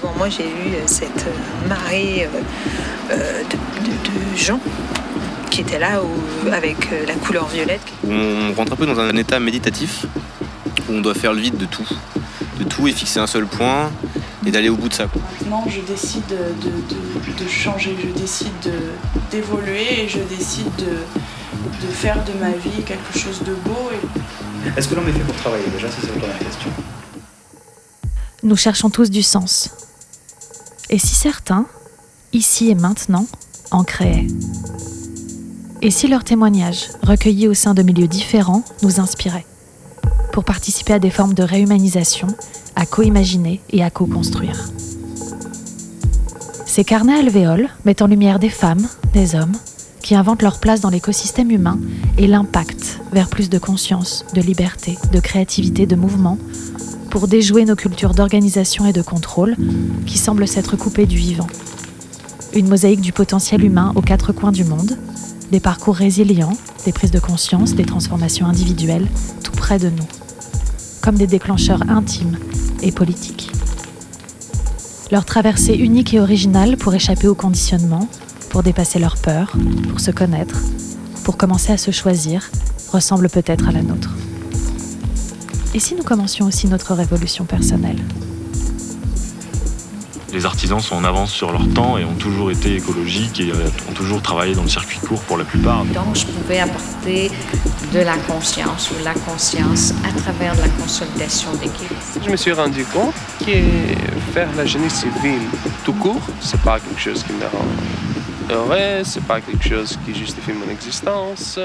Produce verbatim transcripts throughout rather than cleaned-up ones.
devant moi, j'ai vu cette marée euh, de, de, de gens qui étaient là où, avec la couleur violette. On rentre un peu dans un état méditatif où on doit faire le vide de tout, de tout et fixer un seul point et d'aller au bout de ça. Maintenant, je décide de, de, de changer, je décide de, d'évoluer et je décide de, de faire de ma vie quelque chose de beau. Et... Est-ce que l'homme est fait pour travailler? Déjà, ça c'est la première question. Nous cherchons tous du sens. Et si certains, ici et maintenant, en créaient? Et si leurs témoignages, recueillis au sein de milieux différents, nous inspiraient? Pour participer à des formes de réhumanisation, à co-imaginer et à co-construire. Ces carnets alvéoles mettent en lumière des femmes, des hommes, qui inventent leur place dans l'écosystème humain et l'impact vers plus de conscience, de liberté, de créativité, de mouvement, pour déjouer nos cultures d'organisation et de contrôle qui semblent s'être coupées du vivant. Une mosaïque du potentiel humain aux quatre coins du monde, des parcours résilients, des prises de conscience, des transformations individuelles, tout près de nous, comme des déclencheurs intimes et politiques. Leur traversée unique et originale pour échapper au conditionnement, pour dépasser leurs peurs, pour se connaître, pour commencer à se choisir, ressemble peut-être à la nôtre. Et si nous commencions aussi notre révolution personnelle ? Les artisans sont en avance sur leur temps et ont toujours été écologiques et ont toujours travaillé dans le circuit court pour la plupart. Donc je pouvais apporter de la conscience ou la conscience à travers la consolidation d'équipe. Je me suis rendu compte que faire la génie civile tout court, c'est pas quelque chose qui me rend heureux, c'est pas quelque chose qui justifie mon existence.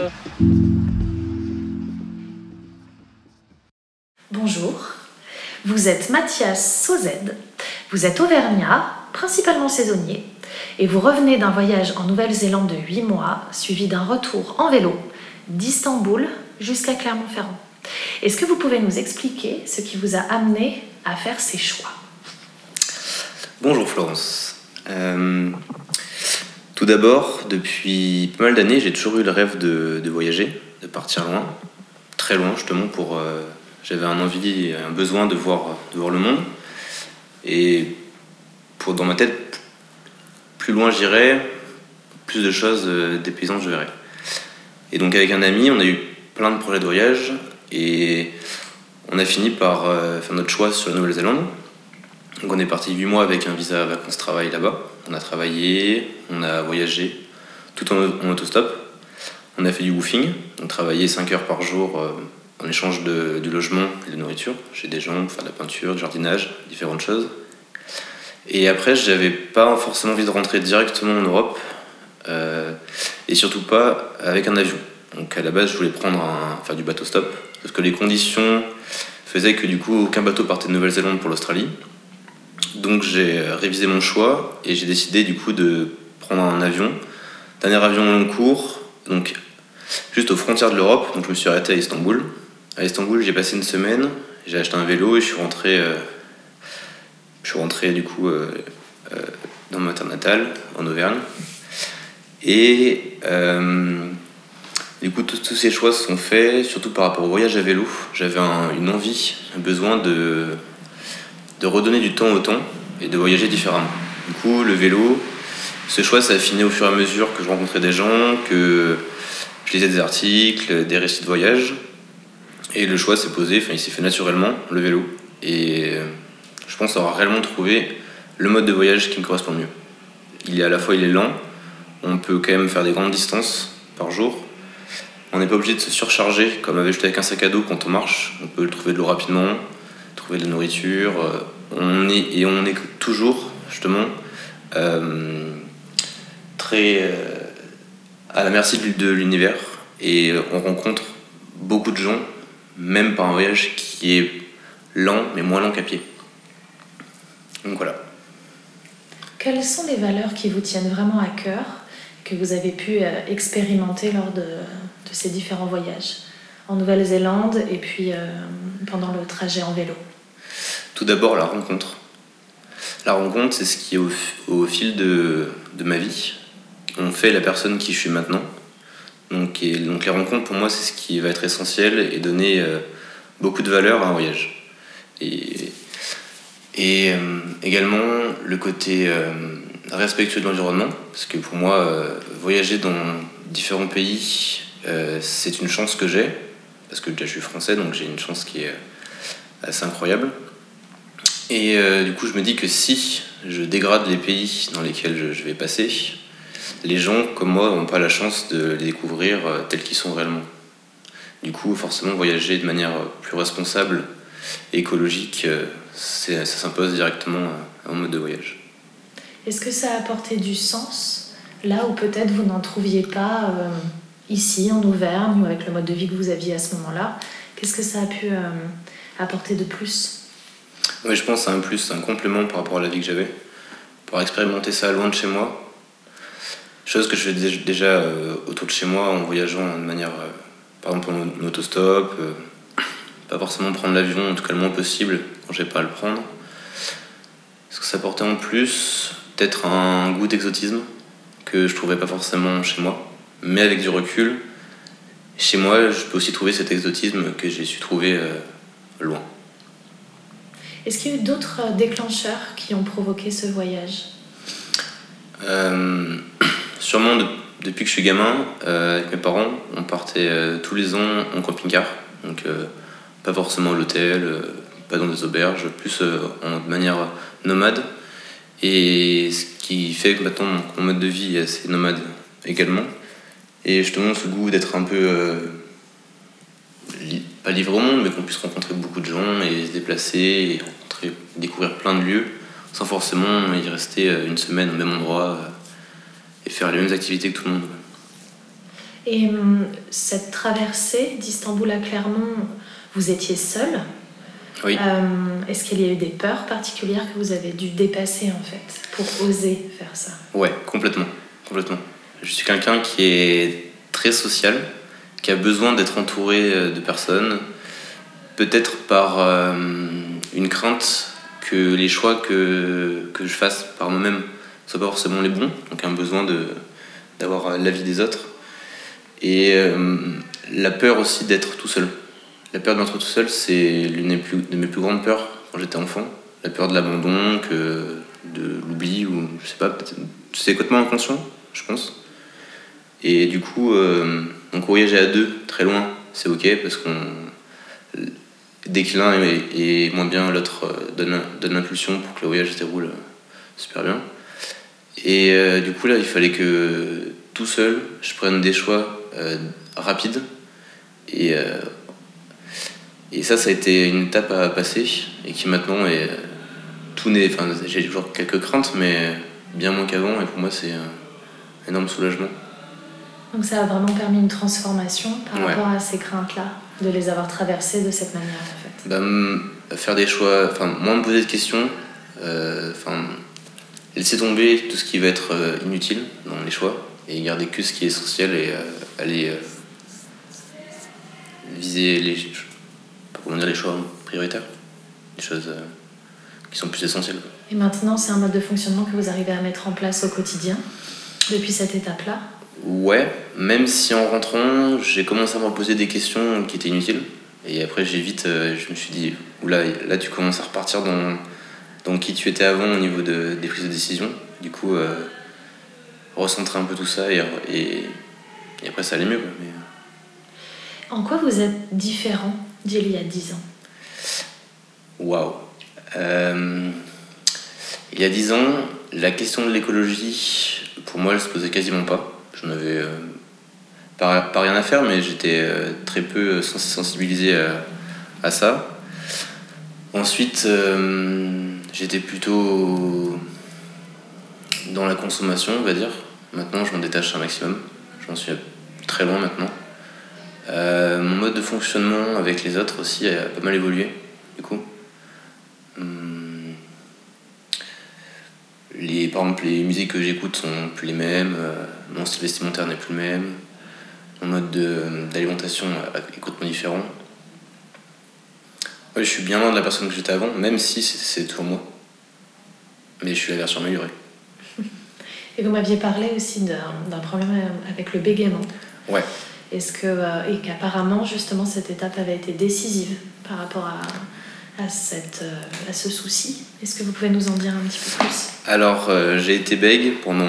Bonjour, vous êtes Mathias Sauzède, vous êtes auvergnat, principalement saisonnier, et vous revenez d'un voyage en Nouvelle-Zélande de huit mois, suivi d'un retour en vélo d'Istanbul jusqu'à Clermont-Ferrand. Est-ce que vous pouvez nous expliquer ce qui vous a amené à faire ces choix ? Bonjour Florence. Euh, tout d'abord, depuis pas mal d'années, j'ai toujours eu le rêve de, de voyager, de partir loin, très loin justement pour... Euh, J'avais un envie, un besoin de voir, de voir le monde. Et pour, dans ma tête, plus loin j'irai, plus de choses euh, dépaysantes je verrai. Et donc avec un ami, on a eu plein de projets de voyage et on a fini par euh, faire notre choix sur la Nouvelle-Zélande. Donc on est parti huit mois avec un visa vacances-travail là-bas. On a travaillé, on a voyagé, tout en, en autostop. On a fait du woofing, on travaillait cinq heures par jour euh, en échange de, du logement et de nourriture chez des gens, pour faire de la peinture, du jardinage, différentes choses. Et après, j'avais pas forcément envie de rentrer directement en Europe, euh, et surtout pas avec un avion. Donc à la base, je voulais prendre un, faire du bateau stop, parce que les conditions faisaient que du coup, aucun bateau partait de Nouvelle-Zélande pour l'Australie. Donc j'ai révisé mon choix et j'ai décidé du coup de prendre un avion, dernier avion long cours, donc juste aux frontières de l'Europe. Donc je me suis arrêté à Istanbul. À Istanbul, j'ai passé une semaine, j'ai acheté un vélo et je suis rentré, euh, je suis rentré du coup euh, euh, dans ma terre natale, en Auvergne. Et euh, du coup, tous, tous ces choix se sont faits, surtout par rapport au voyage à vélo. J'avais un, une envie, un besoin de, de redonner du temps au temps et de voyager différemment. Du coup, le vélo, ce choix s'est affiné au fur et à mesure que je rencontrais des gens, que je lisais des articles, des récits de voyage. Et le choix s'est posé, enfin il s'est fait naturellement, le vélo. Et je pense avoir réellement trouvé le mode de voyage qui me correspond le mieux. Il est à la fois il est lent, on peut quand même faire des grandes distances par jour. On n'est pas obligé de se surcharger comme avec, avec un sac à dos quand on marche. On peut trouver de l'eau rapidement, trouver de la nourriture. On est, et on est toujours, justement, euh, très euh, à la merci de l'univers. Et on rencontre beaucoup de gens, même par un voyage qui est lent, mais moins lent qu'à pied. Donc voilà. Quelles sont les valeurs qui vous tiennent vraiment à cœur, que vous avez pu expérimenter lors de, de ces différents voyages, en Nouvelle-Zélande et puis euh, pendant le trajet en vélo ? Tout d'abord, la rencontre. La rencontre, c'est ce qui, au, au fil de, de ma vie, on fait la personne qui je suis maintenant. Donc, et, donc les rencontres, pour moi, c'est ce qui va être essentiel et donner euh, beaucoup de valeur à un voyage. Et, et, euh, également le côté euh, respectueux de l'environnement, parce que pour moi, euh, voyager dans différents pays, euh, c'est une chance que j'ai, parce que déjà je suis français, donc j'ai une chance qui est assez incroyable. Et euh, du coup, je me dis que si je dégrade les pays dans lesquels je, je vais passer, les gens comme moi n'ont pas la chance de les découvrir euh, tels qu'ils sont réellement. Du coup, forcément, voyager de manière plus responsable et écologique, euh, c'est, ça s'impose directement euh, en mode de voyage. Est-ce que ça a apporté du sens, là où peut-être vous n'en trouviez pas euh, ici, en Auvergne, ou avec le mode de vie que vous aviez à ce moment-là? Qu'est-ce que ça a pu euh, apporter de plus? Oui, je pense que c'est un plus, un complément par rapport à la vie que j'avais. Pour expérimenter ça loin de chez moi, chose que je fais déjà euh, autour de chez moi en voyageant de manière, euh, par exemple en autostop, euh, pas forcément prendre l'avion, en tout cas le moins possible quand j'ai pas à le prendre. Ce que ça apportait en plus, peut-être un goût d'exotisme que je trouvais pas forcément chez moi, mais avec du recul, chez moi, je peux aussi trouver cet exotisme que j'ai su trouver euh, loin. Est-ce qu'il y a eu d'autres déclencheurs qui ont provoqué ce voyage? euh, Sûrement de, depuis que je suis gamin, euh, avec mes parents, on partait euh, tous les ans en camping-car. Donc euh, pas forcément à l'hôtel, euh, pas dans des auberges, plus euh, en, de manière nomade. Et ce qui fait que maintenant mon mode de vie est assez nomade également. Et justement ce goût d'être un peu... Euh, li- pas livré au monde, mais qu'on puisse rencontrer beaucoup de gens et se déplacer et rencontrer, découvrir plein de lieux sans forcément y rester une semaine au même endroit et faire les mêmes activités que tout le monde. Et hum, cette traversée d'Istanbul à Clermont, vous étiez seul? Oui. Euh, est-ce qu'il y a eu des peurs particulières que vous avez dû dépasser en fait pour oser faire ça? Ouais, complètement, complètement. Je suis quelqu'un qui est très social, qui a besoin d'être entouré de personnes, peut-être par euh, une crainte que les choix que, que je fasse par moi-même ne soient pas forcément les bons, donc un besoin de, d'avoir l'avis des autres. Et euh, la peur aussi d'être tout seul. La peur d'être tout seul, c'est l'une des, plus, de mes plus grandes peurs quand j'étais enfant. La peur de l'abandon, que, de l'oubli, ou je sais pas, peut-être, c'est complètement inconscient, je pense. Et du coup, euh, donc voyager à deux, très loin, c'est ok, parce qu'on dès que l'un est, est moins bien, l'autre donne, donne l'impulsion pour que le voyage se déroule super bien. Et euh, du coup, là, il fallait que tout seul, je prenne des choix euh, rapides. Et, euh, et ça, ça a été une étape à passer, et qui maintenant est euh, tout né. Enfin, j'ai toujours quelques craintes, mais bien moins qu'avant, et pour moi, c'est un énorme soulagement. Donc ça a vraiment permis une transformation par ouais. rapport à ces craintes-là, de les avoir traversées de cette manière en fait. Bah, m- faire des choix, enfin moins me poser de questions, euh, enfin laisser tomber tout ce qui va être euh, inutile dans les choix et garder que ce qui est essentiel et euh, aller euh, viser les, je sais pas comment dire, les choix prioritaires, les choses euh, qui sont plus essentielles. Et maintenant, c'est un mode de fonctionnement que vous arrivez à mettre en place au quotidien depuis cette étape-là? Ouais, même si en rentrant, j'ai commencé à me poser des questions qui étaient inutiles. Et après, j'ai vite, euh, je me suis dit, oula, là, tu commences à repartir dans, dans qui tu étais avant au niveau de, des prises de décision. Du coup, euh, recentrer un peu tout ça et, et, et après, ça allait mieux. Mais... En quoi vous êtes différent d'il y a dix ans? Waouh. Euh, il y a dix ans, la question de l'écologie, pour moi, elle se posait quasiment pas. J'en avais euh, pas, pas rien à faire, mais j'étais euh, très peu sensibilisé à, à ça. Ensuite, euh, j'étais plutôt dans la consommation, on va dire. Maintenant, je m'en détache un maximum. J'en suis très loin maintenant. Euh, mon mode de fonctionnement avec les autres aussi a pas mal évolué, du coup. Hum, les, par exemple, les musiques que j'écoute sont plus les mêmes, euh, mon style vestimentaire n'est plus le même, mon mode de, d'alimentation est complètement différent. Ouais, je suis bien loin de la personne que j'étais avant, même si c'est, c'est toujours moi. Mais je suis la version améliorée. Et vous m'aviez parlé aussi d'un, d'un problème avec le bégaiement. Ouais. Est-ce que, euh, et qu'apparemment, justement, cette étape avait été décisive par rapport à à, cette, euh, à ce souci. Est-ce que vous pouvez nous en dire un petit peu plus ? Alors, euh, j'ai été bègue pendant...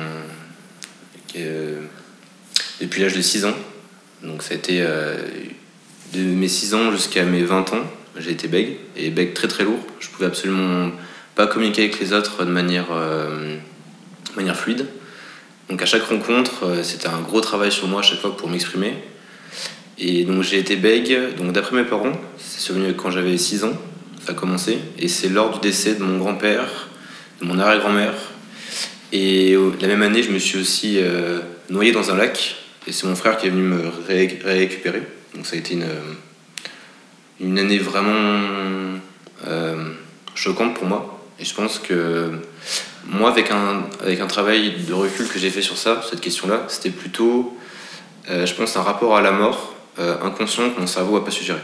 Euh, depuis l'âge de six ans. Donc ça a été euh, de mes six ans jusqu'à mes vingt ans, j'ai été bègue, et bègue très très lourd. Je pouvais absolument pas communiquer avec les autres de manière, euh, de manière fluide. Donc à chaque rencontre, euh, c'était un gros travail sur moi à chaque fois pour m'exprimer. Et donc j'ai été bègue, donc d'après mes parents, c'est survenu quand j'avais six ans, ça a commencé, et c'est lors du décès de mon grand-père, de mon arrière-grand-mère. Et la même année, je me suis aussi euh, noyé dans un lac, et c'est mon frère qui est venu me ré- récupérer. Donc ça a été une, une année vraiment euh, choquante pour moi. Et je pense que moi, avec un, avec un travail de recul que j'ai fait sur ça, cette question-là, c'était plutôt, euh, je pense, un rapport à la mort euh, inconscient que mon cerveau n'a pas su gérer.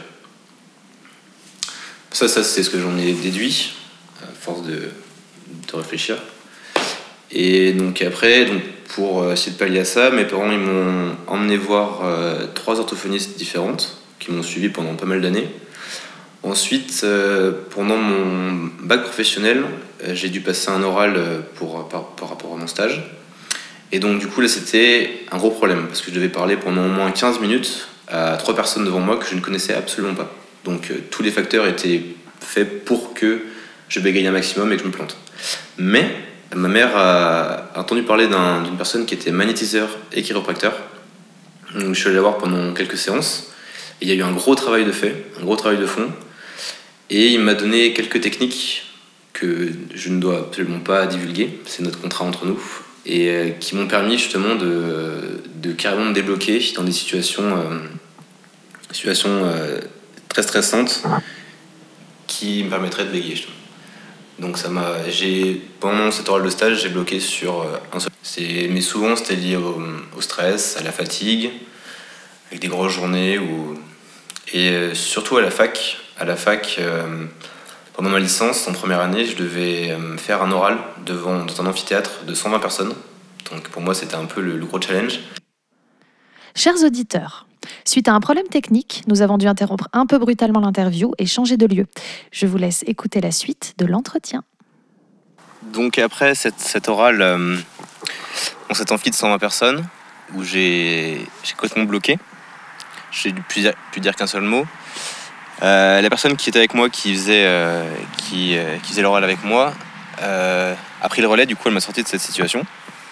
Ça, ça c'est ce que j'en ai déduit, à force de, de réfléchir. Et donc après, donc pour essayer de pallier à ça, mes parents ils m'ont emmené voir euh, trois orthophonistes différentes qui m'ont suivi pendant pas mal d'années. Ensuite, euh, pendant mon bac professionnel, euh, j'ai dû passer un oral pour, par, par rapport à mon stage. Et donc du coup là c'était un gros problème parce que je devais parler pendant au moins quinze minutes à trois personnes devant moi que je ne connaissais absolument pas. Donc euh, tous les facteurs étaient faits pour que je bégaye un maximum et que je me plante. Mais ma mère a entendu parler d'un, d'une personne qui était magnétiseur et chiropracteur. Donc, je suis allé la voir pendant quelques séances. Et il y a eu un gros travail de fait, un gros travail de fond. Et il m'a donné quelques techniques que je ne dois absolument pas divulguer. C'est notre contrat entre nous. Et euh, qui m'ont permis justement de, de carrément me débloquer dans des situations, euh, situations euh, très stressantes qui me permettraient de bégayer justement. Donc ça m'a, j'ai, pendant cet oral de stage, j'ai bloqué sur un seul. C'est, mais souvent c'était lié au, au stress, à la fatigue, avec des grosses journées, ou, et surtout à la fac. À la fac, euh, pendant ma licence, en première année, je devais faire un oral devant, dans un amphithéâtre de cent vingt personnes. Donc pour moi, c'était un peu le, le gros challenge. Chers auditeurs, suite à un problème technique, nous avons dû interrompre un peu brutalement l'interview et changer de lieu. Je vous laisse écouter la suite de l'entretien. Donc après cette, cet oral, euh, dans cet amphi de cent vingt personnes, où j'ai, j'ai complètement bloqué, j'ai pu dire, pu dire qu'un seul mot. Euh, la personne qui était avec moi, qui faisait, euh, qui, euh, qui faisait l'oral avec moi, euh, a pris le relais, du coup elle m'a sorti de cette situation.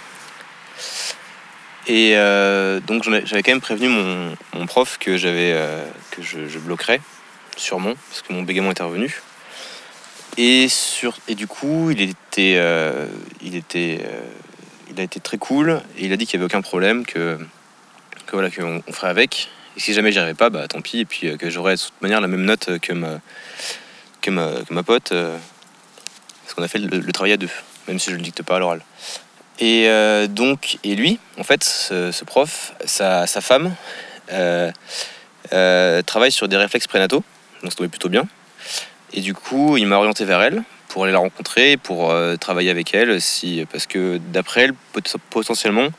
Et euh, donc j'avais quand même prévenu mon, mon prof que, j'avais, euh, que je, je bloquerais, sûrement, parce que mon bégaiement était revenu. Et, sur, et du coup, il, était, euh, il, était, euh, il a été très cool, et il a dit qu'il n'y avait aucun problème, que, que voilà, qu'on on ferait avec. Et si jamais j'y arrivais pas, bah tant pis, et puis que j'aurais de toute manière la même note que ma, que ma, que ma pote, euh, parce qu'on a fait le, le travail à deux, même si je ne le dicte pas à l'oral. Et euh, donc, et lui, en fait, ce, ce prof, sa, sa femme, euh, euh, travaille sur des réflexes prénataux, donc ça tombait plutôt bien. Et du coup, il m'a orienté vers elle pour aller la rencontrer, pour euh, travailler avec elle, si, parce que d'après elle, potentiellement,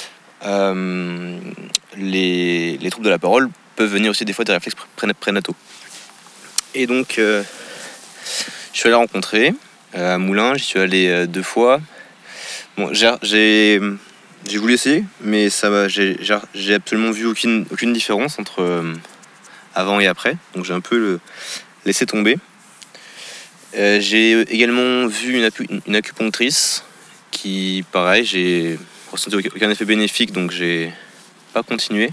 euh, les, les troubles de la parole peuvent venir aussi des fois des réflexes prénataux. Et donc, euh, je suis allé la rencontrer euh, à Moulins, j'y suis allé euh, deux fois. Bon, j'ai, j'ai, j'ai voulu essayer, mais ça m'a, j'ai, j'ai absolument vu aucune, aucune différence entre euh, avant et après. Donc j'ai un peu le, laissé tomber. Euh, j'ai également vu une, apu, une acupunctrice qui, pareil, j'ai ressenti aucun effet bénéfique, donc j'ai pas continué.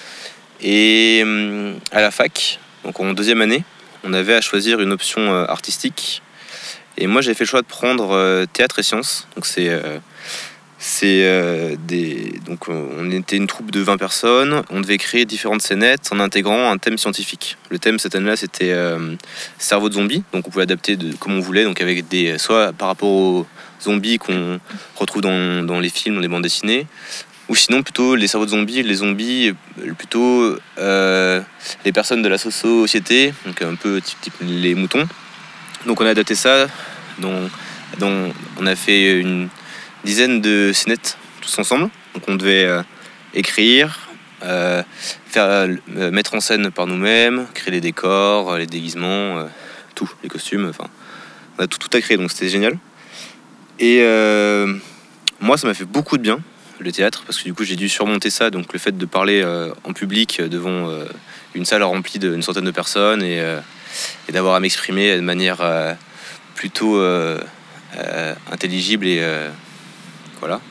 Et euh, à la fac, donc en deuxième année, on avait à choisir une option euh, artistique. Et moi, j'ai fait le choix de prendre euh, théâtre et sciences. Donc c'est, euh, c'est euh, des, donc on était une troupe de vingt personnes. On devait créer différentes scénettes en intégrant un thème scientifique. Le thème cette année-là, c'était euh, cerveau de zombie. Donc on pouvait adapter de, comme on voulait. Donc avec des, soit par rapport aux zombies qu'on retrouve dans, dans les films, dans les bandes dessinées, ou sinon plutôt les cerveaux de zombies, les zombies plutôt euh, les personnes de la société, donc un peu type, type les moutons. Donc on a adapté ça, dont, dont on a fait une dizaine de scénettes tous ensemble. Donc on devait euh, écrire, euh, faire, euh, mettre en scène par nous-mêmes, créer les décors, les déguisements, euh, tout, les costumes, enfin, on a tout, tout à créer, donc c'était génial. Et euh, moi, ça m'a fait beaucoup de bien, le théâtre, parce que du coup, j'ai dû surmonter ça, donc le fait de parler euh, en public devant euh, une salle remplie d'une centaine de personnes et, euh, et d'avoir à m'exprimer de manière euh, plutôt euh, euh, intelligible et euh, voilà,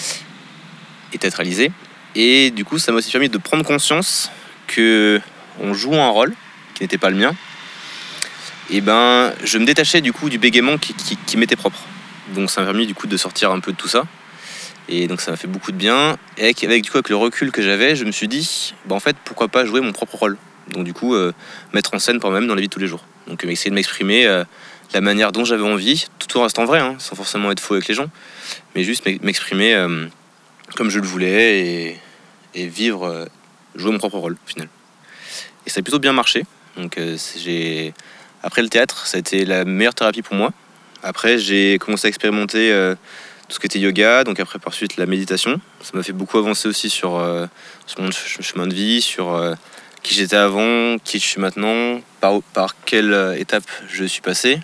et théâtralisée. Et du coup, ça m'a aussi permis de prendre conscience que on joue un rôle qui n'était pas le mien. Et ben, je me détachais du coup du bégaiement qui, qui, qui m'était propre. Donc ça m'a permis du coup de sortir un peu de tout ça. Et donc ça m'a fait beaucoup de bien. Et avec, avec, du coup, avec le recul que j'avais, je me suis dit, bah, en fait, pourquoi pas jouer mon propre rôle. Donc du coup, euh, mettre en scène par moi-même dans la vie de tous les jours. Donc essayer de m'exprimer euh, de la manière dont j'avais envie, tout en restant vrai, hein, sans forcément être faux avec les gens, mais juste m'exprimer euh, comme je le voulais et, et vivre, euh, jouer mon propre rôle au final. Et ça a plutôt bien marché. Donc euh, j'ai... Après le théâtre, ça a été la meilleure thérapie pour moi. Après, j'ai commencé à expérimenter euh, tout ce qui était yoga, donc après par suite la méditation. Ça m'a fait beaucoup avancer aussi sur, euh, sur mon chemin de vie, sur euh, qui j'étais avant, qui je suis maintenant, par, par quelle étape je suis passé.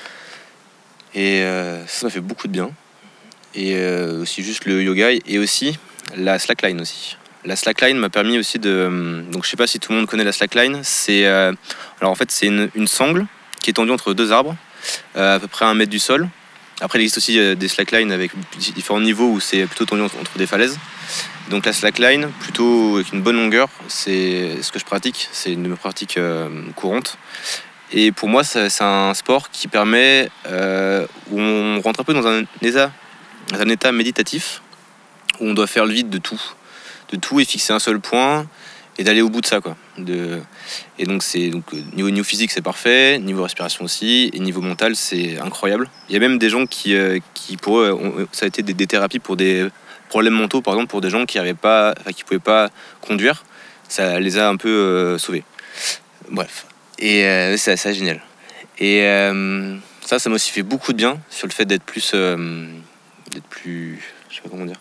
Et euh, ça m'a fait beaucoup de bien. Et euh, aussi juste le yoga et aussi la slackline aussi. La slackline m'a permis aussi de... Donc je sais pas si tout le monde connaît la slackline. C'est, euh, alors en fait c'est une, une sangle qui est tendue entre deux arbres, euh, à peu près à un mètre du sol. Après il existe aussi euh, des slacklines avec différents niveaux où c'est plutôt tendu entre, entre des falaises. Donc la slackline, plutôt avec une bonne longueur, c'est ce que je pratique. C'est une de mes pratiques euh, courantes. Et pour moi c'est, c'est un sport qui permet, euh, où on rentre un peu dans un état, dans un état méditatif, où on doit faire le vide de tout. de tout et fixer un seul point et d'aller au bout de ça quoi. De... Et donc c'est donc niveau, niveau physique c'est parfait, niveau respiration aussi, et niveau mental c'est incroyable. Il y a même des gens qui, euh, qui pour eux ont, ça a été des, des thérapies pour des problèmes mentaux, par exemple pour des gens qui avaient pas, enfin, qui pouvaient pas conduire, ça les a un peu euh, sauvés. Bref, et euh, c'est assez génial. Et euh, ça, ça m'a aussi fait beaucoup de bien sur le fait d'être plus, euh, d'être plus, je sais pas comment dire.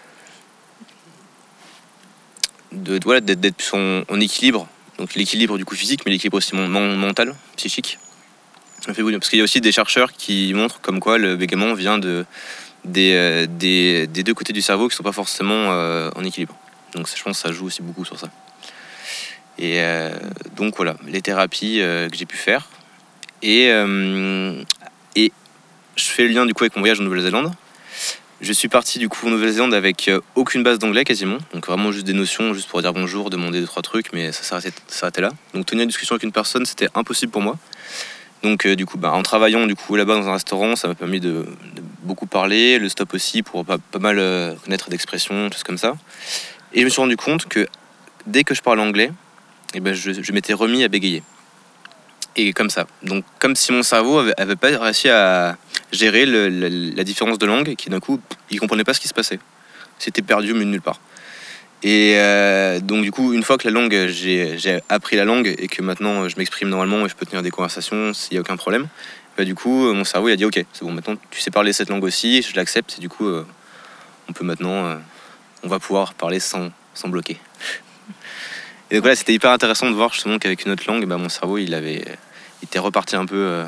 De, voilà, d'être, d'être plus en, en équilibre, donc l'équilibre du coup physique, mais l'équilibre aussi mon, mon, mental, psychique. Ça fait beaucoup, parce qu'il y a aussi des chercheurs qui montrent comme quoi le bégaiement vient de, des, des, des deux côtés du cerveau qui ne sont pas forcément euh, en équilibre. Donc je pense que ça joue aussi beaucoup sur ça. Et euh, donc voilà, les thérapies euh, que j'ai pu faire. Et, euh, et je fais le lien du coup avec mon voyage en Nouvelle-Zélande. Je suis parti du coup en Nouvelle-Zélande avec euh, aucune base d'anglais quasiment, donc vraiment juste des notions, juste pour dire bonjour, demander deux trois trucs, mais ça s'arrêtait, ça s'arrêtait là. Donc tenir une discussion avec une personne, c'était impossible pour moi. Donc euh, du coup, bah, en travaillant du coup là-bas dans un restaurant, ça m'a permis de, de beaucoup parler, le stop aussi pour pas, pas mal euh, connaître d'expressions, choses comme ça. Et je me suis rendu compte que dès que je parlais anglais, eh ben, je, je m'étais remis à bégayer. Et comme ça. Donc comme si mon cerveau avait, avait pas réussi à gérer le, la, la différence de langue, qui d'un coup, il comprenait pas ce qui se passait. C'était perdu, mais nulle part. Et euh, donc du coup, une fois que la langue, j'ai, j'ai appris la langue et que maintenant je m'exprime normalement et je peux tenir des conversations s'il n'y a aucun problème, bah, du coup, mon cerveau il a dit ok, c'est bon, maintenant tu sais parler cette langue aussi, je l'accepte, et du coup, euh, on peut maintenant, euh, on va pouvoir parler sans, sans bloquer. Et donc voilà, c'était hyper intéressant de voir justement qu'avec une autre langue, bah, mon cerveau il avait, il était reparti un peu, euh,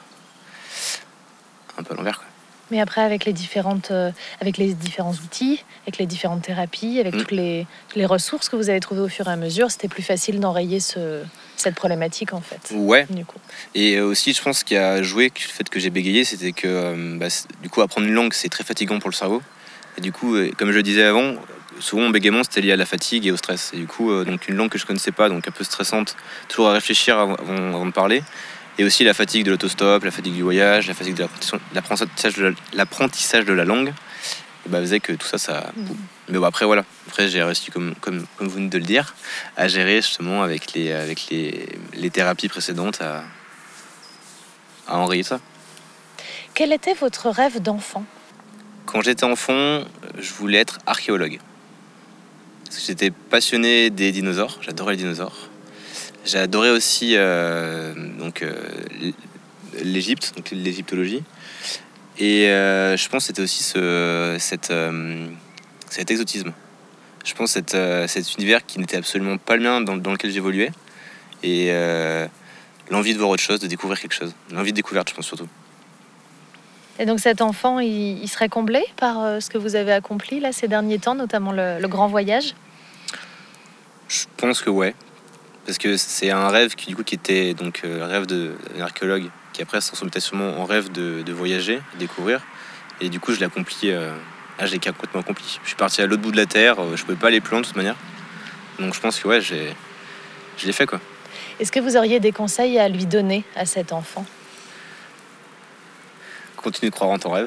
un peu à l'envers, quoi. Mais après, avec les, différentes, euh, avec les différents outils, avec les différentes thérapies, avec mmh. toutes les, les ressources que vous avez trouvées au fur et à mesure, c'était plus facile d'enrayer ce, cette problématique en fait. Ouais. Du coup. Et aussi, je pense qu'il y a joué le fait que j'ai bégayé, c'était que euh, bah, du coup, apprendre une langue, c'est très fatigant pour le cerveau. Et du coup, euh, comme je le disais avant, souvent mon bégaiement c'était lié à la fatigue et au stress. Et du coup, euh, donc une langue que je connaissais pas, donc un peu stressante, toujours à réfléchir avant, avant de parler. Et aussi la fatigue de l'autostop, la fatigue du voyage, la fatigue de l'apprentissage de la, l'apprentissage de la langue, et bah, faisait que tout ça, ça... Mmh. Mais bon, après, voilà. Après, j'ai réussi, comme, comme, comme vous venez de le dire, à gérer justement avec les, avec les, les thérapies précédentes, à, à enrayer ça. Quel était votre rêve d'enfant ? Quand j'étais enfant, je voulais être archéologue. Parce que j'étais passionné des dinosaures, j'adorais les dinosaures. J'ai adoré aussi euh, donc, euh, l'Égypte, donc l'égyptologie. Et euh, je pense que c'était aussi ce, cette, euh, cet exotisme. Je pense cet, euh, cet univers qui n'était absolument pas le mien, dans, dans lequel j'évoluais. Et euh, l'envie de voir autre chose, de découvrir quelque chose. L'envie de découverte, je pense surtout. Et donc cet enfant, il, il serait comblé par euh, ce que vous avez accompli là ces derniers temps, notamment le, le grand voyage? Je pense que ouais. Parce que c'est un rêve qui, du coup, qui était donc euh, le rêve d'un archéologue, qui après se transformait sûrement en rêve de, de voyager, de découvrir. Et du coup, je l'ai accompli. Euh, ah, je l'ai complètement accompli. Je suis parti à l'autre bout de la terre. Euh, je pouvais pas aller plus loin de toute manière. Donc, je pense que ouais, j'ai, je l'ai fait quoi. Est-ce que vous auriez des conseils à lui donner à cet enfant? Continue de croire en ton rêve.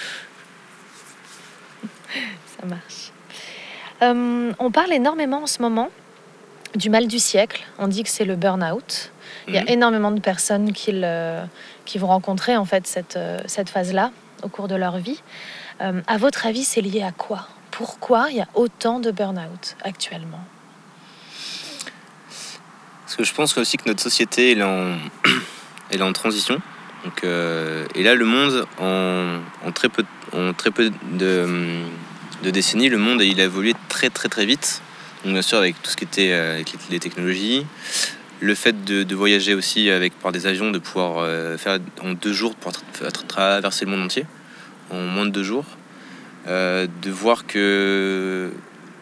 Ça marche. Euh, on parle énormément en ce moment du mal du siècle. On dit que c'est le burn-out. Il y a Mhm. énormément de personnes qui, le, qui vont rencontrer en fait cette, euh, cette phase-là au cours de leur vie. Euh, à votre avis, c'est lié à quoi? Pourquoi il y a autant de burn-out actuellement? Parce que je pense aussi que notre société elle est en, elle est en transition. Donc, euh, et là, le monde, en, en très peu, en très peu de, de décennies, le monde il a évolué très très très vite. Donc, bien sûr, avec tout ce qui était euh, avec les technologies, le fait de, de voyager aussi avec, par des avions, de pouvoir euh, faire en deux jours, pour tra- tra- traverser le monde entier, en moins de deux jours, euh, de voir que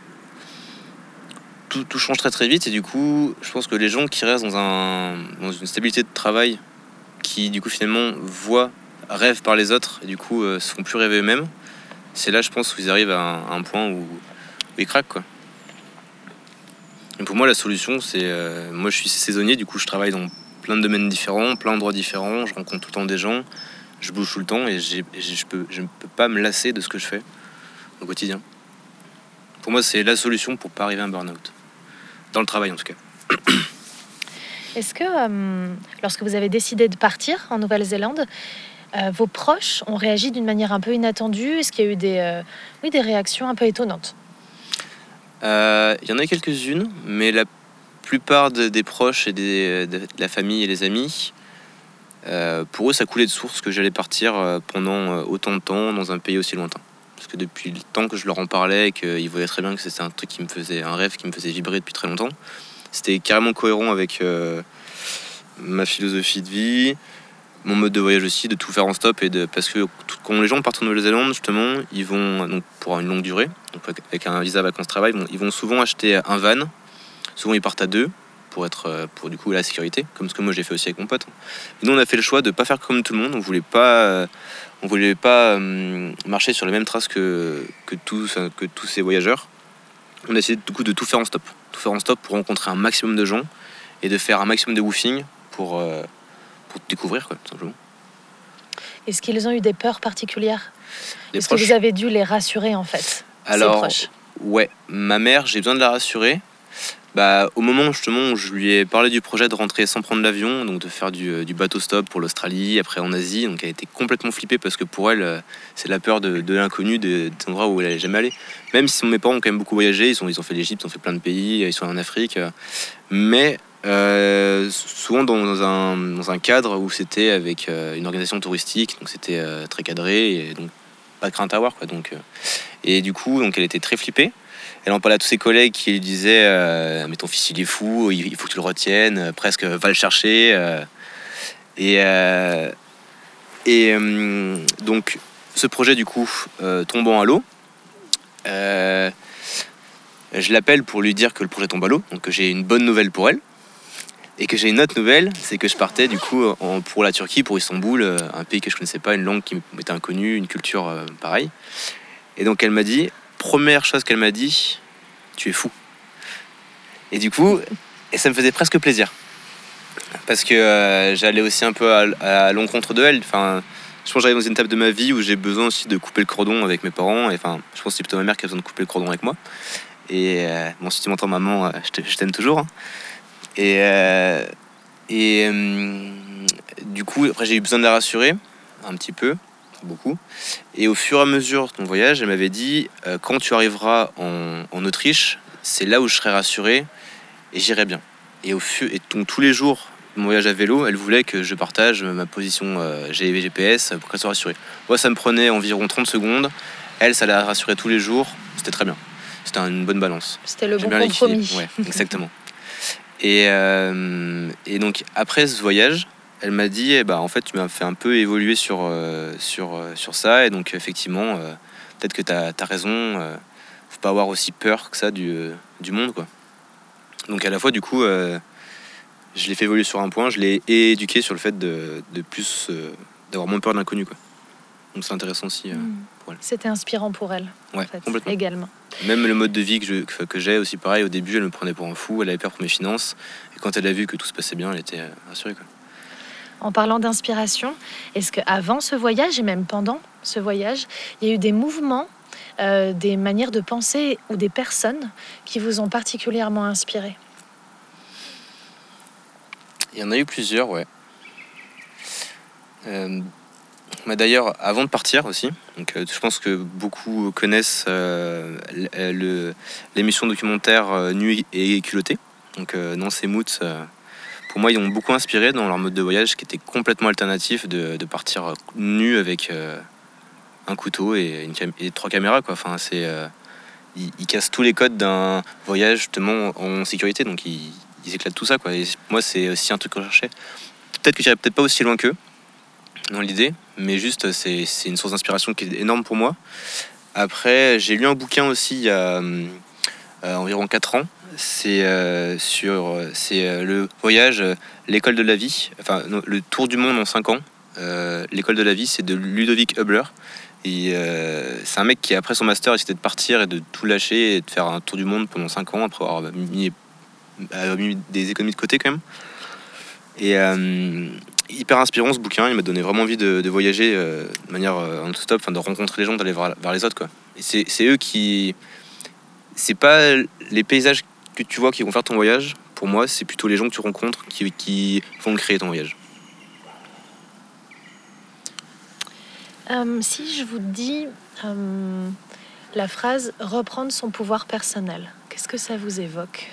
tout, tout change très très vite. Et du coup, je pense que les gens qui restent dans, un, dans une stabilité de travail, qui du coup finalement voient, rêvent par les autres, et du coup euh, se font plus rêver eux-mêmes, c'est là je pense où ils arrivent à un, à un point où, où ils craquent quoi. Et pour moi la solution c'est, euh, moi je suis saisonnier, du coup je travaille dans plein de domaines différents, plein d'endroits différents, je rencontre tout le temps des gens, je bouge tout le temps et j'ai, j'ai, je, peux, je ne peux pas me lasser de ce que je fais au quotidien. Pour moi c'est la solution pour pas arriver à un burn-out, dans le travail en tout cas. Est-ce que, euh, lorsque vous avez décidé de partir en Nouvelle-Zélande, euh, vos proches ont réagi d'une manière un peu inattendue? Est-ce qu'il y a eu des, euh, oui, des réactions un peu étonnantes? Il euh, y en a quelques-unes, mais la plupart de, des proches et des, de, de la famille et les amis, euh, pour eux, ça coulait de source que j'allais partir pendant autant de temps dans un pays aussi lointain. Parce que depuis le temps que je leur en parlais, qu'ils voyaient très bien que c'était un truc qui me faisait, un rêve qui me faisait vibrer depuis très longtemps, c'était carrément cohérent avec euh, ma philosophie de vie, mon mode de voyage aussi, de tout faire en stop. Et de, parce que tout, quand les gens partent en Nouvelle-Zélande, justement, ils vont donc, pour une longue durée, donc avec un visa vacances-travail, bon, ils vont souvent acheter un van. Souvent, ils partent à deux pour, être, pour du coup la sécurité, comme ce que moi j'ai fait aussi avec mon pote. Et nous, on a fait le choix de ne pas faire comme tout le monde. On voulait pas, euh, on voulait pas euh, marcher sur les mêmes traces que, que, tous, que tous ces voyageurs. On a essayé du coup de tout faire en stop. Tout faire en stop pour rencontrer un maximum de gens et de faire un maximum de woofing pour, euh, pour découvrir, quoi, tout simplement. Est-ce qu'ils ont eu des peurs particulières? Les Est-ce proches... que vous avez dû les rassurer, en fait? Alors, ces proches? Ouais, ma mère, j'ai besoin de la rassurer. Bah, au moment justement où je lui ai parlé du projet de rentrer sans prendre l'avion, donc de faire du, du bateau stop pour l'Australie, après en Asie, donc elle était complètement flippée parce que pour elle, c'est la peur de, de l'inconnu, de, des endroits où elle n'allait jamais aller. Même si mes parents ont quand même beaucoup voyagé, ils ont, ils ont fait l'Égypte, ils ont fait plein de pays, ils sont en Afrique, mais euh, souvent dans un, dans un cadre où c'était avec euh, une organisation touristique, donc c'était euh, très cadré, et donc pas de crainte à avoir, quoi. Donc, euh, et du coup, donc elle était très flippée. Elle en parlait à tous ses collègues qui lui disaient euh, mais ton fils il est fou, il faut que tu le retiennes, euh, presque va le chercher. Euh, et euh, et euh, donc ce projet du coup euh, tombant à l'eau, euh, je l'appelle pour lui dire que le projet tombe à l'eau, donc que j'ai une bonne nouvelle pour elle. Et que j'ai une autre nouvelle, c'est que je partais du coup en, pour la Turquie, pour Istanbul, un pays que je connaissais pas, une langue qui m'était inconnue, une culture euh, pareille. Et donc elle m'a dit, première chose qu'elle m'a dit, tu es fou. Et du coup, et ça me faisait presque plaisir. Parce que euh, j'allais aussi un peu à, à l'encontre de elle. Enfin, je pense que j'arrive dans une étape de ma vie où j'ai besoin aussi de couper le cordon avec mes parents. Et, enfin, je pense que c'est plutôt ma mère qui a besoin de couper le cordon avec moi. Et euh, bon, si tu m'entends maman, je t'aime toujours. Hein. Et, euh, et euh, du coup, après j'ai eu besoin de la rassurer, un petit peu, beaucoup. Et au fur et à mesure de mon voyage, elle m'avait dit, euh, quand tu arriveras en, en Autriche, c'est là où je serai rassurée et j'irai bien. Et, au fur, et donc tous les jours de mon voyage à vélo, elle voulait que je partage ma position euh, G P S pour qu'elle soit rassurée. Moi, ça me prenait environ trente secondes. Elle, ça la rassurait tous les jours. C'était très bien. C'était une bonne balance. C'était le J'ai bon bien compromis. l'équilibre. Ouais, exactement. Et, euh, et donc après ce voyage, elle m'a dit eh ben, en fait tu m'as fait un peu évoluer sur, euh, sur, euh, sur ça, et donc effectivement euh, peut-être que tu as raison, euh, faut pas avoir aussi peur que ça du, euh, du monde, quoi. Donc à la fois du coup euh, je l'ai fait évoluer sur un point, je l'ai éduqué sur le fait de, de plus euh, d'avoir moins peur de l'inconnu, quoi. Donc c'est intéressant aussi euh, Mmh. pour elle. C'était inspirant pour elle, Ouais, en fait, complètement. également. Même le mode de vie que, je, que, que j'ai aussi pareil, au début elle me prenait pour un fou, elle avait peur pour mes finances, et quand elle a vu que tout se passait bien, elle était euh, rassurée, quoi. En parlant d'inspiration, est-ce qu'avant ce voyage et même pendant ce voyage, il y a eu des mouvements, euh, des manières de penser ou des personnes qui vous ont particulièrement inspiré? Il y en a eu plusieurs, ouais. Euh, bah d'ailleurs, avant de partir aussi, donc, euh, je pense que beaucoup connaissent euh, le, l'émission documentaire euh, Nu et culotté. Donc euh, Nance et Moots, euh, pour moi, ils ont beaucoup inspiré dans leur mode de voyage qui était complètement alternatif de, de partir nu avec euh, un couteau et, une cam- et trois caméras, quoi. Enfin, c'est, euh, ils, ils cassent tous les codes d'un voyage justement en sécurité, donc ils, ils éclatent tout ça, quoi. Et moi, c'est aussi un truc que je cherchais. Peut-être que j'irai peut-être pas aussi loin qu'eux dans l'idée, mais juste c'est, c'est une source d'inspiration qui est énorme pour moi. Après, j'ai lu un bouquin aussi il y a euh, environ quatre ans. C'est euh, sur c'est euh, le voyage, euh, l'école de la vie, enfin non, le tour du monde en cinq ans. Euh, l'école de la vie, c'est de Ludovic Hubler. Et euh, c'est un mec qui après son master, il décidé de partir et de tout lâcher et de faire un tour du monde pendant cinq ans après avoir mis, mis des économies de côté quand même. Et euh, hyper inspirant ce bouquin, il m'a donné vraiment envie de, de voyager euh, de manière euh, non-stop, enfin de rencontrer les gens, d'aller vers, vers les autres, quoi. Et c'est, c'est eux qui, c'est pas les paysages que tu vois qui vont faire ton voyage. Pour moi, c'est plutôt les gens que tu rencontres qui, qui vont créer ton voyage. Euh, si je vous dis euh, la phrase « reprendre son pouvoir personnel », qu'est-ce que ça vous évoque?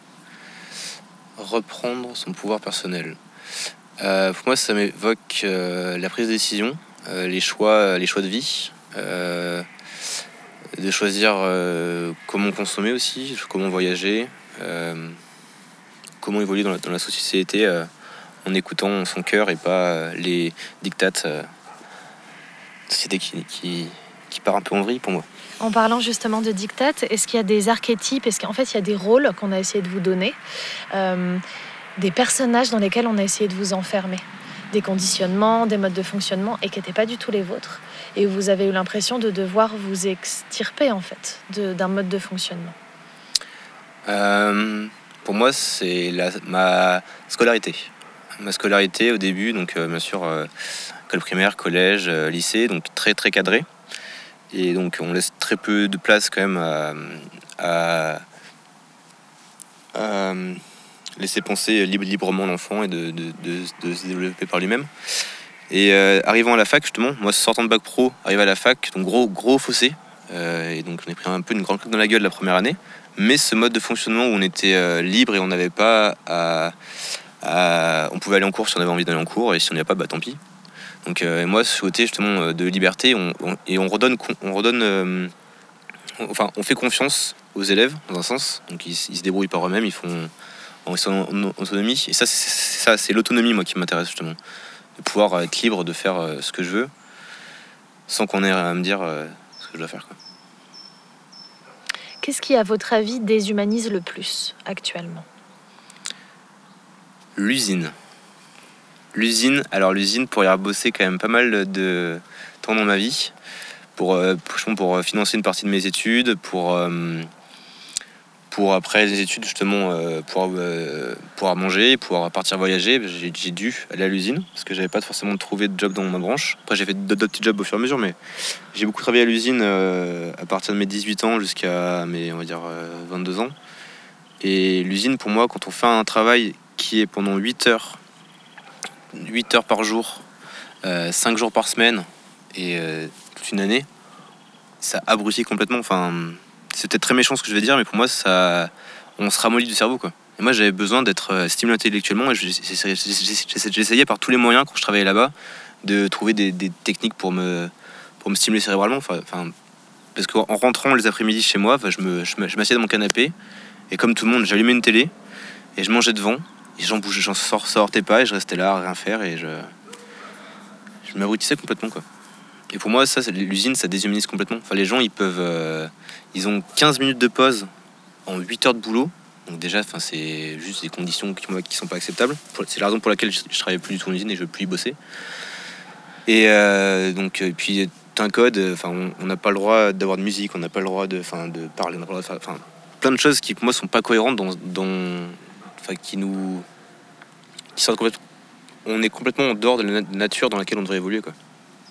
Reprendre son pouvoir personnel. Euh, pour moi, ça m'évoque euh, la prise de décision, euh, les choix, les choix de vie, euh, de choisir euh, comment consommer aussi, comment voyager, euh, comment évoluer dans la, dans la société euh, en écoutant son cœur et pas euh, les dictates euh, de société qui, qui, qui part un peu en vrille pour moi. En parlant justement de diktat, est-ce qu'il y a des archétypes, est-ce qu'en fait il y a des rôles qu'on a essayé de vous donner, euh, des personnages dans lesquels on a essayé de vous enfermer, des conditionnements, des modes de fonctionnement et qui n'étaient pas du tout les vôtres, et où vous avez eu l'impression de devoir vous extirper en fait de, d'un mode de fonctionnement? euh, Pour moi, c'est la, ma scolarité. Ma scolarité au début, donc euh, bien sûr, euh, école primaire, collège, euh, lycée, donc très très cadré. Et donc on laisse très peu de place quand même à, à, à laisser penser libre, librement l'enfant et de, de, de, de se développer par lui-même. Et euh, arrivant à la fac, justement, moi sortant de bac pro, arrivé à la fac, donc gros, gros fossé. Euh, et donc on a pris un peu une grande claque dans la gueule la première année. Mais ce mode de fonctionnement où on était euh, libre et on n'avait pas à, à... On pouvait aller en cours si on avait envie d'aller en cours, et si on n'y a pas, bah tant pis. Donc euh, moi, ce côté justement de liberté, on, on, et on redonne, on redonne, euh, on, enfin, on fait confiance aux élèves dans un sens. Donc ils, ils se débrouillent par eux-mêmes, ils font en, en, en autonomie. Et ça, c'est, c'est ça, c'est l'autonomie moi qui m'intéresse justement, de pouvoir être libre de faire euh, ce que je veux, sans qu'on ait à me dire euh, ce que je dois faire, quoi. Qu'est-ce qui, à votre avis, déshumanise le plus actuellement? L'usine. L'usine, alors l'usine, pour y avoir bossé quand même pas mal de temps dans ma vie, pour, euh, pour, pour financer une partie de mes études, pour, euh, pour après les études justement euh, pouvoir, euh, pouvoir manger, pouvoir partir voyager, j'ai, j'ai dû aller à l'usine, parce que j'avais pas forcément trouvé de job dans ma branche. Après j'ai fait d'autres petits jobs au fur et à mesure, mais j'ai beaucoup travaillé à l'usine euh, à partir de mes dix-huit ans jusqu'à mes, on va dire, euh, vingt-deux ans. Et l'usine, pour moi, quand on fait un travail qui est pendant huit heures, huit heures par jour, euh, cinq jours par semaine et euh, toute une année, ça abrutit complètement. Enfin, c'est peut-être très méchant ce que je vais dire, mais pour moi, ça, on se ramollit du cerveau, quoi. Et moi, j'avais besoin d'être stimulé intellectuellement, et j'essayais par tous les moyens, quand je travaillais là-bas, de trouver des, des techniques pour me, pour me stimuler cérébralement. Enfin, parce qu'en rentrant les après-midi chez moi, je, me, je m'assieds dans mon canapé, et comme tout le monde, j'allumais une télé, Et je mangeais devant, et j'en bougeais, j'en sor- sortais pas, et je restais là à rien faire, et je, je m'abrutissais complètement, quoi. Et pour moi, ça, c'est- l'usine, ça déshumanise complètement. Enfin, les gens, ils peuvent, euh, ils ont quinze minutes de pause en huit heures de boulot. Donc déjà, enfin, c'est juste des conditions qui, moi, qui sont pas acceptables. Pour- C'est la raison pour laquelle je, je travaille plus du tout en usine et je veux plus y bosser. Et euh, donc, et puis, t'as un code. Enfin, on on n'a pas le droit d'avoir de musique, on n'a pas le droit de, enfin, de parler, on n'a pas le droit de faire, enfin, plein de choses qui pour moi sont pas cohérentes dans, dans enfin, qui nous, qui sortent complètement. On est complètement en dehors de la na- nature dans laquelle on devrait évoluer, quoi.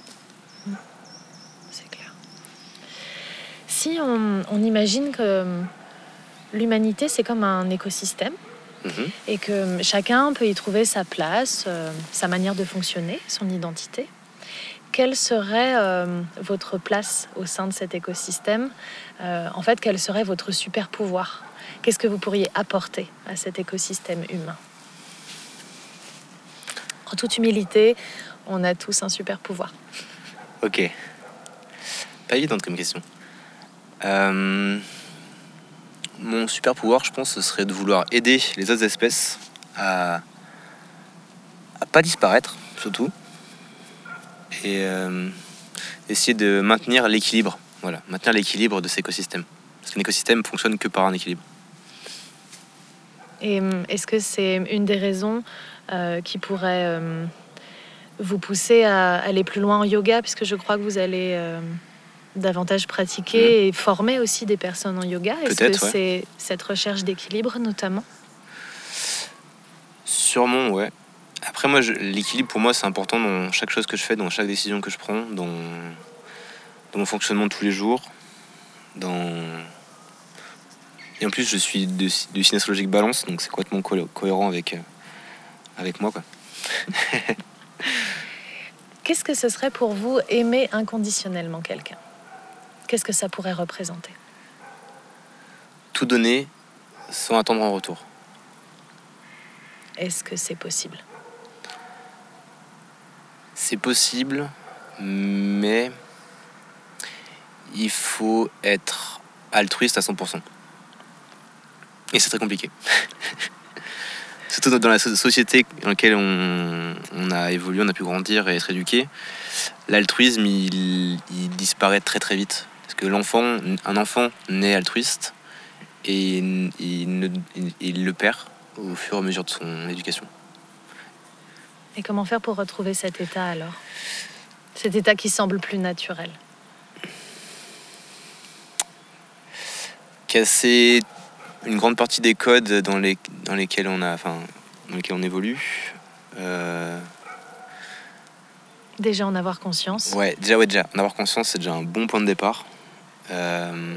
C'est clair. Si on, on imagine que l'humanité, c'est comme un écosystème Mhm. et que chacun peut y trouver sa place, euh, sa manière de fonctionner, son identité, quelle serait euh, votre place au sein de cet écosystème ? Euh, En fait, quel serait votre super pouvoir ? Qu'est-ce que vous pourriez apporter à cet écosystème humain ? En toute humilité, on a tous un super pouvoir. Ok. Pas évidente comme question. Euh, Mon super pouvoir, je pense, ce serait de vouloir aider les autres espèces à, à pas disparaître, surtout, et euh, essayer de maintenir l'équilibre. Voilà, maintenir l'équilibre de cet écosystème. Parce qu'un écosystème fonctionne que par un équilibre. Et hum, est-ce que c'est une des raisons euh, qui pourrait euh, vous pousser à aller plus loin en yoga, puisque je crois que vous allez euh, davantage pratiquer et former aussi des personnes en yoga. Est-ce que Peut-être, ouais. c'est cette recherche d'équilibre notamment ? Sûrement, ouais. Après, moi, je- l'équilibre, pour moi, c'est important dans chaque chose que je fais, dans chaque décision que je prends, dans, dans mon fonctionnement de tous les jours. Dans... Et en plus, je suis de, de signe astrologique balance, donc c'est complètement co- cohérent avec, euh, avec moi, quoi. Qu'est-ce que ce serait pour vous aimer inconditionnellement quelqu'un ? Qu'est-ce que ça pourrait représenter ? Tout donner sans attendre en retour. Est-ce que c'est possible ? C'est possible, mais il faut être altruiste à cent pour cent. Et c'est très compliqué. Surtout dans la so- société dans laquelle on, on a évolué, on a pu grandir et être éduqué, l'altruisme, il, il disparaît très très vite. Parce que l'enfant, un enfant naît altruiste et il, il ne- il- il le perd au fur et à mesure de son éducation. Et comment faire pour retrouver cet état alors ? Cet état qui semble plus naturel. Casser une grande partie des codes dans, les, dans lesquels on a, enfin, dans lesquels on évolue. Euh, Déjà en avoir conscience. ouais, déjà, ouais, déjà, en avoir conscience, c'est déjà un bon point de départ. Euh,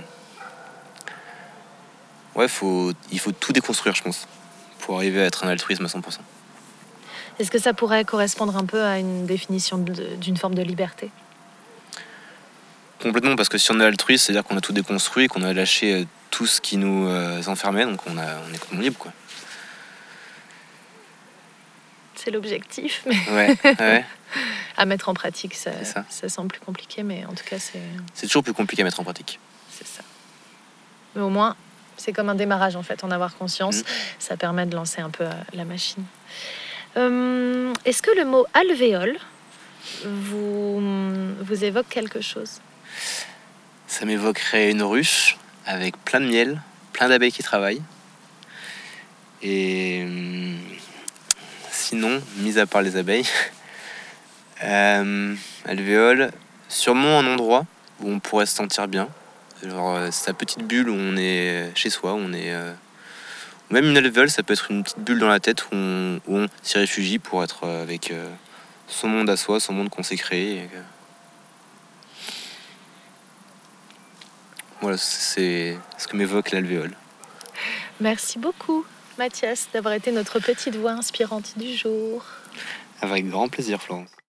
ouais, faut, il faut tout déconstruire, je pense, pour arriver à être un altruisme à cent pour cent. Est-ce que ça pourrait correspondre un peu à une définition de- d'une forme de liberté ? Complètement, parce que si on est altruiste, c'est-à-dire qu'on a tout déconstruit, qu'on a lâché euh, tout ce qui nous euh, enfermait, donc on, a, on est complètement libre, quoi. C'est l'objectif, mais Ouais, ouais. à mettre en pratique, ça, C'est ça. ça semble plus compliqué, mais en tout cas, c'est, C'est toujours plus compliqué à mettre en pratique. c'est ça. Mais au moins, c'est comme un démarrage, en fait, en avoir conscience. Mhm. Ça permet de lancer un peu euh, la machine. Euh, est-ce que le mot alvéole vous, vous évoque quelque chose ? Ça m'évoquerait une ruche avec plein de miel, plein d'abeilles qui travaillent. Et hum, sinon, mis à part les abeilles, euh, alvéole, sûrement un endroit où on pourrait se sentir bien. Genre euh, sa petite bulle où on est chez soi, où on est. Euh, ou même une alvéole, ça peut être une petite bulle dans la tête où on, où on s'y réfugie pour être euh, avec euh, son monde à soi, son monde qu'on s'est créé. Et, euh, Voilà, c'est ce que m'évoque l'alvéole. Merci beaucoup, Mathias, d'avoir été notre petite voix inspirante du jour. Avec grand plaisir, Florence.